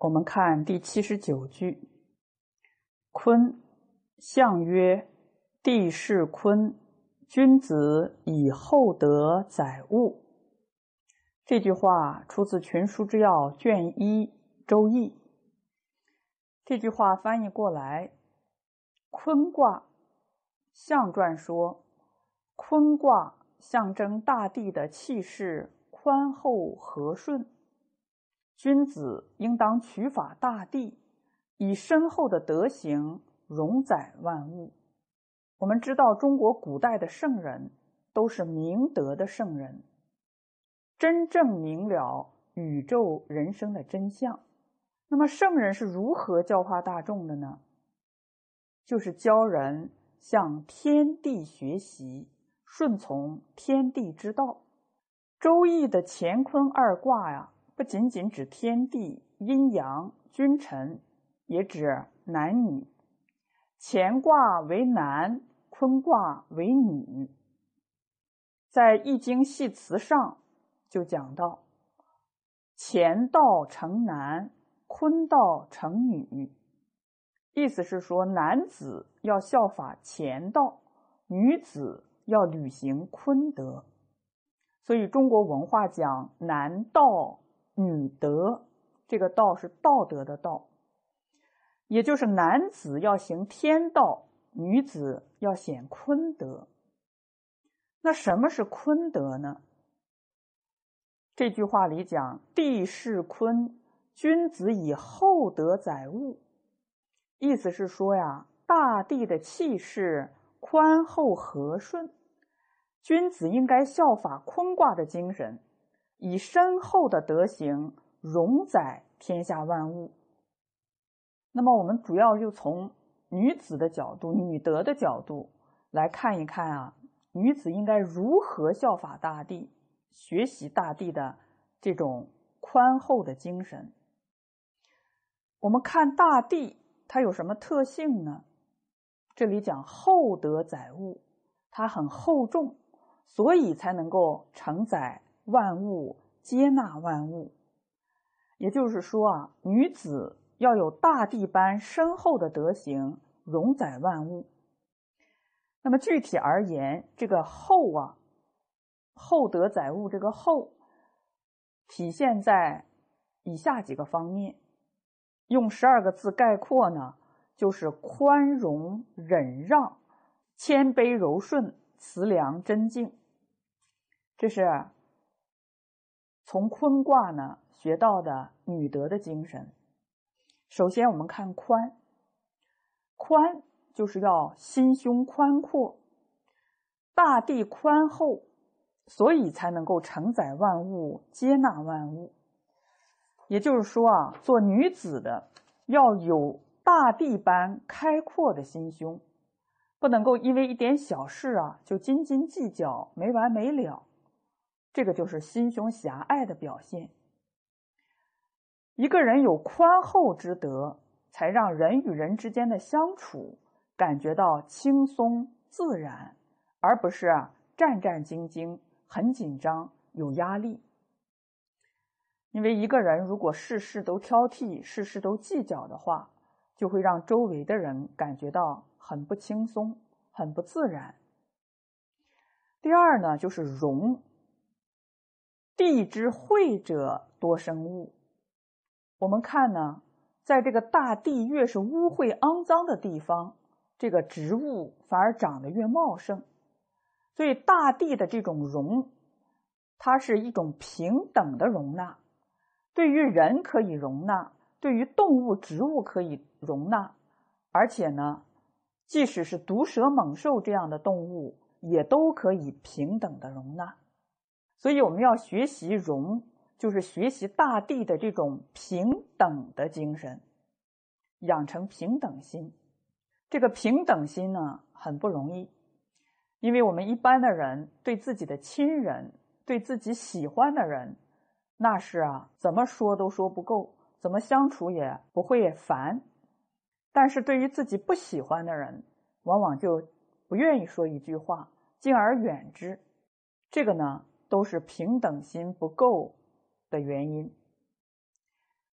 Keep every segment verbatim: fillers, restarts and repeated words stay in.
我们看第七十九句，髡，象曰：地势髡，君子以厚德载物。这句话出自《群书之要》卷一《周易》。这句话翻译过来，髡卦，象传说，髡卦象征大地的气势宽厚和顺，君子应当取法大地，以深厚的德行容载万物。我们知道中国古代的圣人都是明德的圣人，真正明了宇宙人生的真相。那么圣人是如何教化大众的呢？就是教人向天地学习，顺从天地之道。周易的乾坤二卦呀，不仅仅指天地、阴阳、君臣，也指男女。乾卦为男，坤卦为女。在《易经系辞》上就讲到，乾道成男，坤道成女。意思是说，男子要效法乾道，女子要履行坤德。所以中国文化讲男道女德，这个道是道德的道，也就是男子要行天道，女子要显坤德。那什么是坤德呢？这句话里讲，地势坤，君子以厚德载物。意思是说呀，大地的气势宽厚和顺，君子应该效法坤卦的精神，以深厚的德行容载天下万物。那么我们主要就从女子的角度，女德的角度来看一看啊，女子应该如何效法大地，学习大地的这种宽厚的精神。我们看大地它有什么特性呢？这里讲厚德载物，它很厚重，所以才能够承载万物，接纳万物。也就是说啊，女子要有大地般深厚的德行，容载万物。那么具体而言，这个厚啊，厚德载物，这个厚体现在以下几个方面，用十二个字概括呢，就是宽容忍让、谦卑柔顺、慈良真敬。这是从坤卦呢学到的女德的精神。首先我们看宽，宽就是要心胸宽阔，大地宽厚，所以才能够承载万物，接纳万物。也就是说啊，做女子的要有大地般开阔的心胸，不能够因为一点小事啊就斤斤计较，没完没了。这个就是心胸狭隘的表现。一个人有宽厚之德，才让人与人之间的相处感觉到轻松自然，而不是啊战战兢兢，很紧张，有压力。因为一个人如果事事都挑剔，事事都计较的话，就会让周围的人感觉到很不轻松，很不自然。第二呢，就是容。地之惠者多生物。我们看呢，在这个大地越是污秽肮脏的地方，这个植物反而长得越茂盛。所以大地的这种容，它是一种平等的容纳，对于人可以容纳，对于动物植物可以容纳，而且呢，即使是毒蛇猛兽这样的动物也都可以平等的容纳。所以我们要学习容，就是学习大地的这种平等的精神，养成平等心。这个平等心呢，很不容易，因为我们一般的人对自己的亲人，对自己喜欢的人，那是啊，怎么说都说不够，怎么相处也不会烦。但是对于自己不喜欢的人，往往就不愿意说一句话，敬而远之。这个呢，都是平等心不够的原因。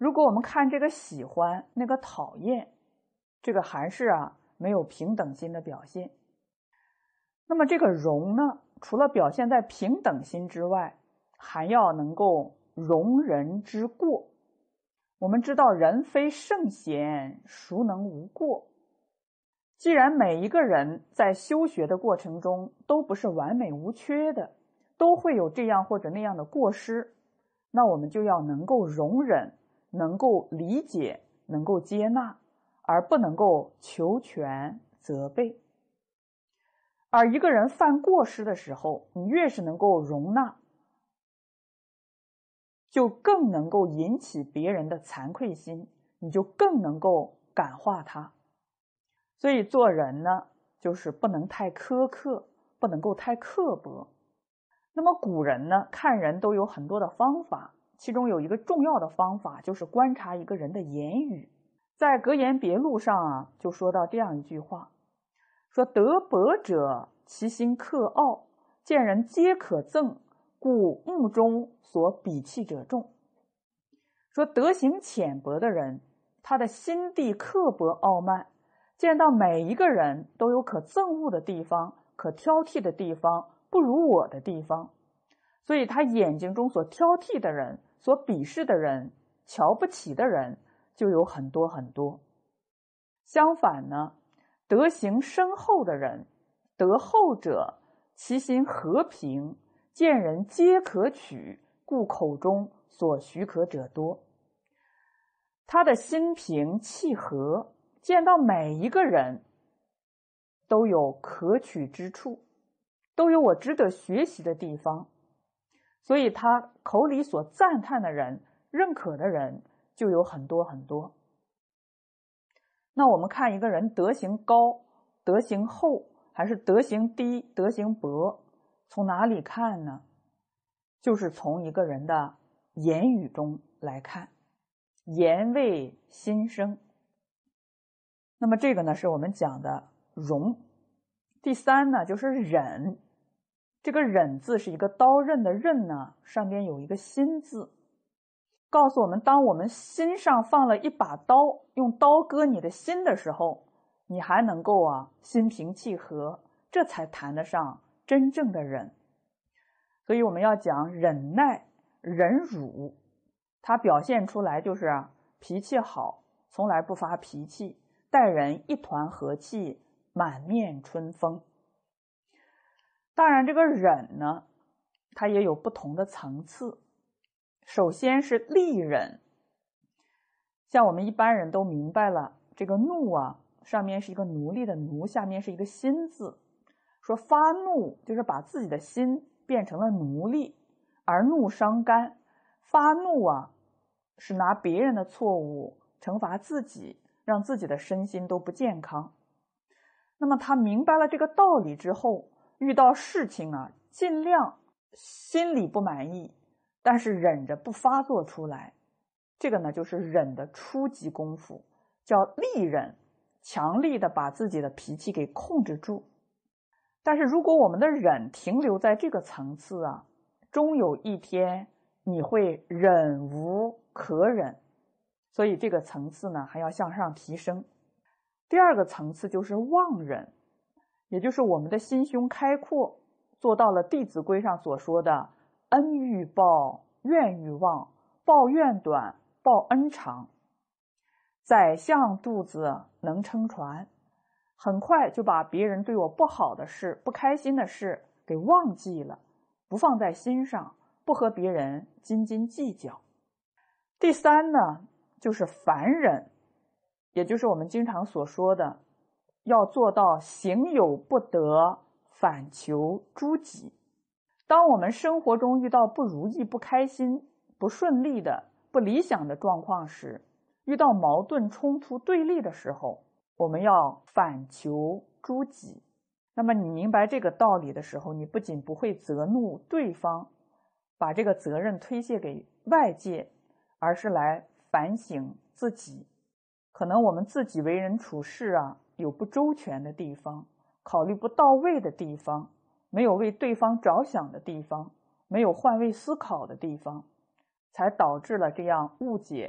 如果我们看这个喜欢，那个讨厌，这个还是啊没有平等心的表现。那么这个容呢，除了表现在平等心之外，还要能够容人之过。我们知道人非圣贤，孰能无过？既然每一个人在修学的过程中都不是完美无缺的，都会有这样或者那样的过失，那我们就要能够容忍，能够理解，能够接纳，而不能够求全责备。而一个人犯过失的时候，你越是能够容纳，就更能够引起别人的惭愧心，你就更能够感化他。所以做人呢，就是不能太苛刻，不能够太刻薄。那么古人呢，看人都有很多的方法，其中有一个重要的方法，就是观察一个人的言语。在《格言别录》上啊，就说到这样一句话，说德薄者，其心克傲，见人皆可憎，故目中所鄙弃者众。说德行浅薄的人，他的心地刻薄傲慢，见到每一个人都有可憎恶的地方，可挑剔的地方，不如我的地方，所以他眼睛中所挑剔的人，所鄙视的人，瞧不起的人就有很多很多。相反呢，德行深厚的人，德厚者，其心和平，见人皆可取，故口中所许可者多。他的心平气和，见到每一个人都有可取之处，都有我值得学习的地方，所以他口里所赞叹的人，认可的人就有很多很多。那我们看一个人德行高，德行厚，还是德行低，德行薄，从哪里看呢？就是从一个人的言语中来看，言为心声。那么这个呢，是我们讲的容。第三呢，就是忍。这个忍字是一个刀刃的刃呢，上边有一个心字，告诉我们，当我们心上放了一把刀，用刀割你的心的时候，你还能够啊心平气和，这才谈得上真正的忍。所以我们要讲忍耐、忍辱，它表现出来就是啊脾气好，从来不发脾气，待人一团和气，满面春风。当然这个忍呢，它也有不同的层次。首先是利忍，像我们一般人都明白了，这个怒啊，上面是一个奴隶的奴，下面是一个心字，说发怒就是把自己的心变成了奴隶，而怒伤肝。发怒啊，是拿别人的错误惩罚自己，让自己的身心都不健康。那么他明白了这个道理之后，遇到事情啊，尽量心里不满意，但是忍着不发作出来，这个呢就是忍的初级功夫，叫力忍，强力的把自己的脾气给控制住。但是如果我们的忍停留在这个层次啊，终有一天你会忍无可忍，所以这个层次呢还要向上提升。第二个层次就是忘忍，也就是我们的心胸开阔，做到了《弟子规》上所说的恩欲报，怨欲忘，报怨短，报恩长。宰相肚子能撑船，很快就把别人对我不好的事，不开心的事给忘记了，不放在心上，不和别人斤斤计较。第三呢，就是烦忍，也就是我们经常所说的，要做到行有不得，反求诸己。当我们生活中遇到不如意、不开心、不顺利的、不理想的状况时，遇到矛盾、冲突、对立的时候，我们要反求诸己。那么你明白这个道理的时候，你不仅不会责怒对方，把这个责任推卸给外界，而是来反省自己。可能我们自己为人处事啊，有不周全的地方，考虑不到位的地方，没有为对方着想的地方，没有换位思考的地方，才导致了这样误解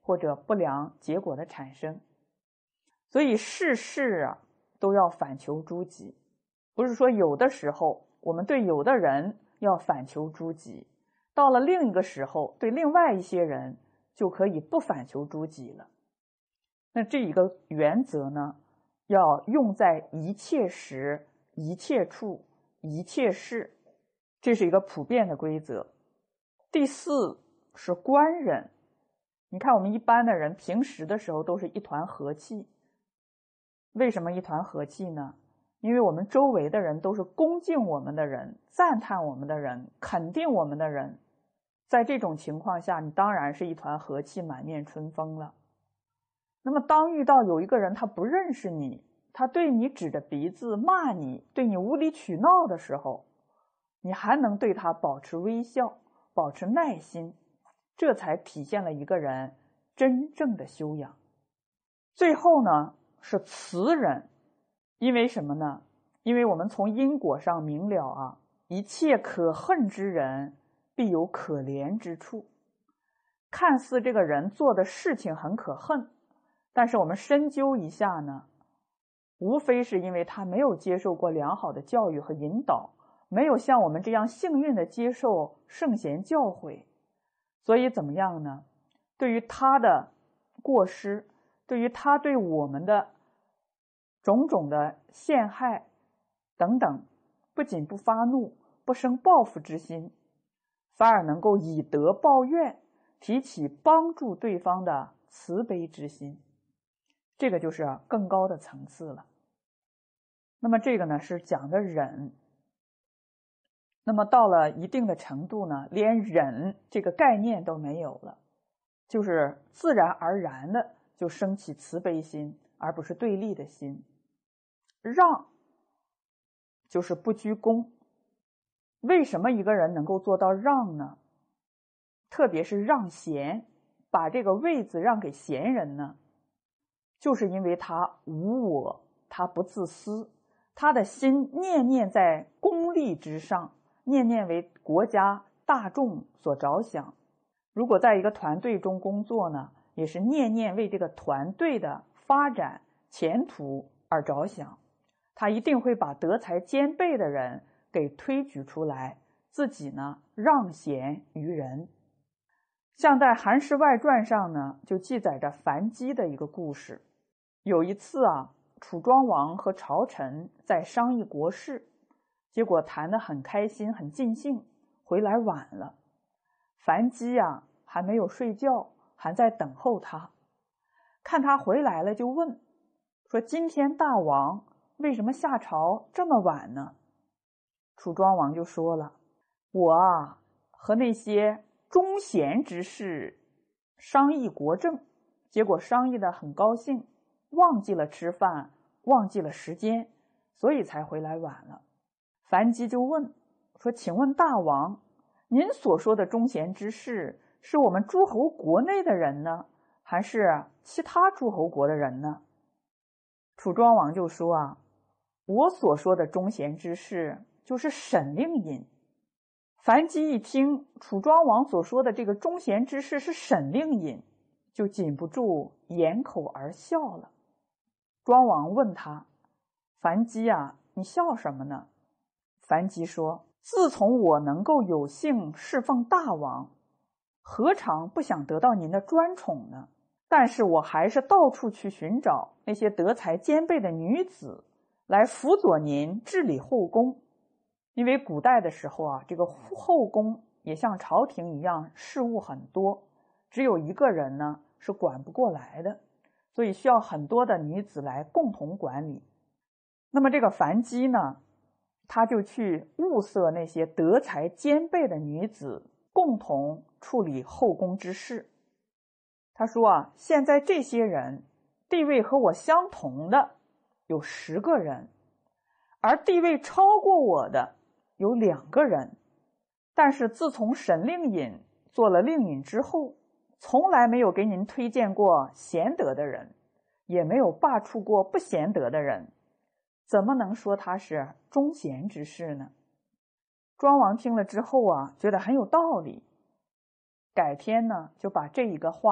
或者不良结果的产生。所以事事啊都要反求诸己，不是说有的时候我们对有的人要反求诸己，到了另一个时候对另外一些人就可以不反求诸己了。那这一个原则呢，要用在一切时、一切处、一切事，这是一个普遍的规则。第四是观人。你看我们一般的人平时的时候都是一团和气，为什么一团和气呢？因为我们周围的人都是恭敬我们的人，赞叹我们的人，肯定我们的人，在这种情况下你当然是一团和气，满面春风了。那么当遇到有一个人他不认识你，他对你指着鼻子骂你，对你无理取闹的时候，你还能对他保持微笑，保持耐心，这才体现了一个人真正的修养。最后呢是慈人。因为什么呢？因为我们从因果上明了啊，一切可恨之人必有可怜之处。看似这个人做的事情很可恨，但是我们深究一下呢，无非是因为他没有接受过良好的教育和引导，没有像我们这样幸运的接受圣贤教诲。所以怎么样呢？对于他的过失，对于他对我们的种种的陷害等等，不仅不发怒，不生报复之心，反而能够以德报怨，提起帮助对方的慈悲之心，这个就是更高的层次了。那么这个呢是讲的忍。那么到了一定的程度呢，连忍这个概念都没有了，就是自然而然的就升起慈悲心，而不是对立的心。让就是不居功。为什么一个人能够做到让呢？特别是让贤，把这个位子让给贤人呢，就是因为他无我，他不自私，他的心念念在公利之上，念念为国家大众所着想。如果在一个团队中工作呢，也是念念为这个团队的发展前途而着想，他一定会把德才兼备的人给推举出来，自己呢让贤于人。像在《韩氏外传》上呢，就记载着樊姬的一个故事。有一次啊，楚庄王和朝臣在商议国事，结果谈得很开心，很尽兴，回来晚了。樊姬啊还没有睡觉，还在等候他。看他回来了，就问说：“今天大王为什么下朝这么晚呢？”楚庄王就说了：“我啊和那些忠贤之士商议国政，结果商议得很高兴，忘记了吃饭，忘记了时间，所以才回来晚了。”樊姬就问说：“请问大王，您所说的忠贤之士是我们诸侯国内的人呢，还是其他诸侯国的人呢？”楚庄王就说啊：“我所说的忠贤之士就是沈令尹。”樊姬一听楚庄王所说的这个忠贤之士是沈令尹，就禁不住掩口而笑了。庄王问他：“樊姬啊，你笑什么呢？”樊姬说：“自从我能够有幸侍奉大王，何尝不想得到您的专宠呢？但是我还是到处去寻找那些德才兼备的女子来辅佐您治理后宫。因为古代的时候啊，这个后宫也像朝廷一样，事务很多，只有一个人呢是管不过来的，所以需要很多的女子来共同管理。那么这个樊姬呢，他就去物色那些德才兼备的女子，共同处理后宫之事。他说啊，现在这些人地位和我相同的有十个人，而地位超过我的有两个人。但是自从沈令尹做了令尹之后，从来没有给您推荐过贤德的人，也没有罢黜过不贤德的人，怎么能说他是忠贤之士呢？庄王听了之后啊，觉得很有道理，改天呢就把这一个话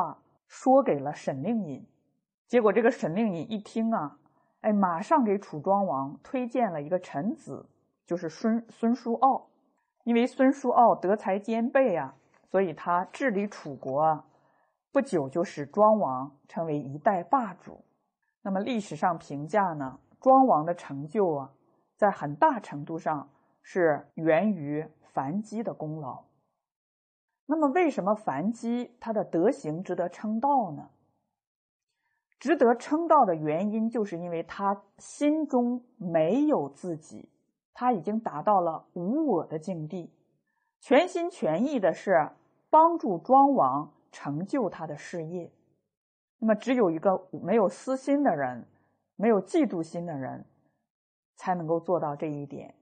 说给了沈令尹。结果这个沈令尹一听啊，哎，马上给楚庄王推荐了一个臣子，就是孙孙叔敖。因为孙叔敖德才兼备啊，所以他治理楚国啊，不久就使庄王成为一代霸主。那么历史上评价呢，庄王的成就啊，在很大程度上是源于樊姬的功劳。那么为什么樊姬他的德行值得称道呢？值得称道的原因就是因为他心中没有自己，他已经达到了无我的境地，全心全意的是帮助庄王成就他的事业。那么只有一个没有私心的人，没有嫉妒心的人，才能够做到这一点。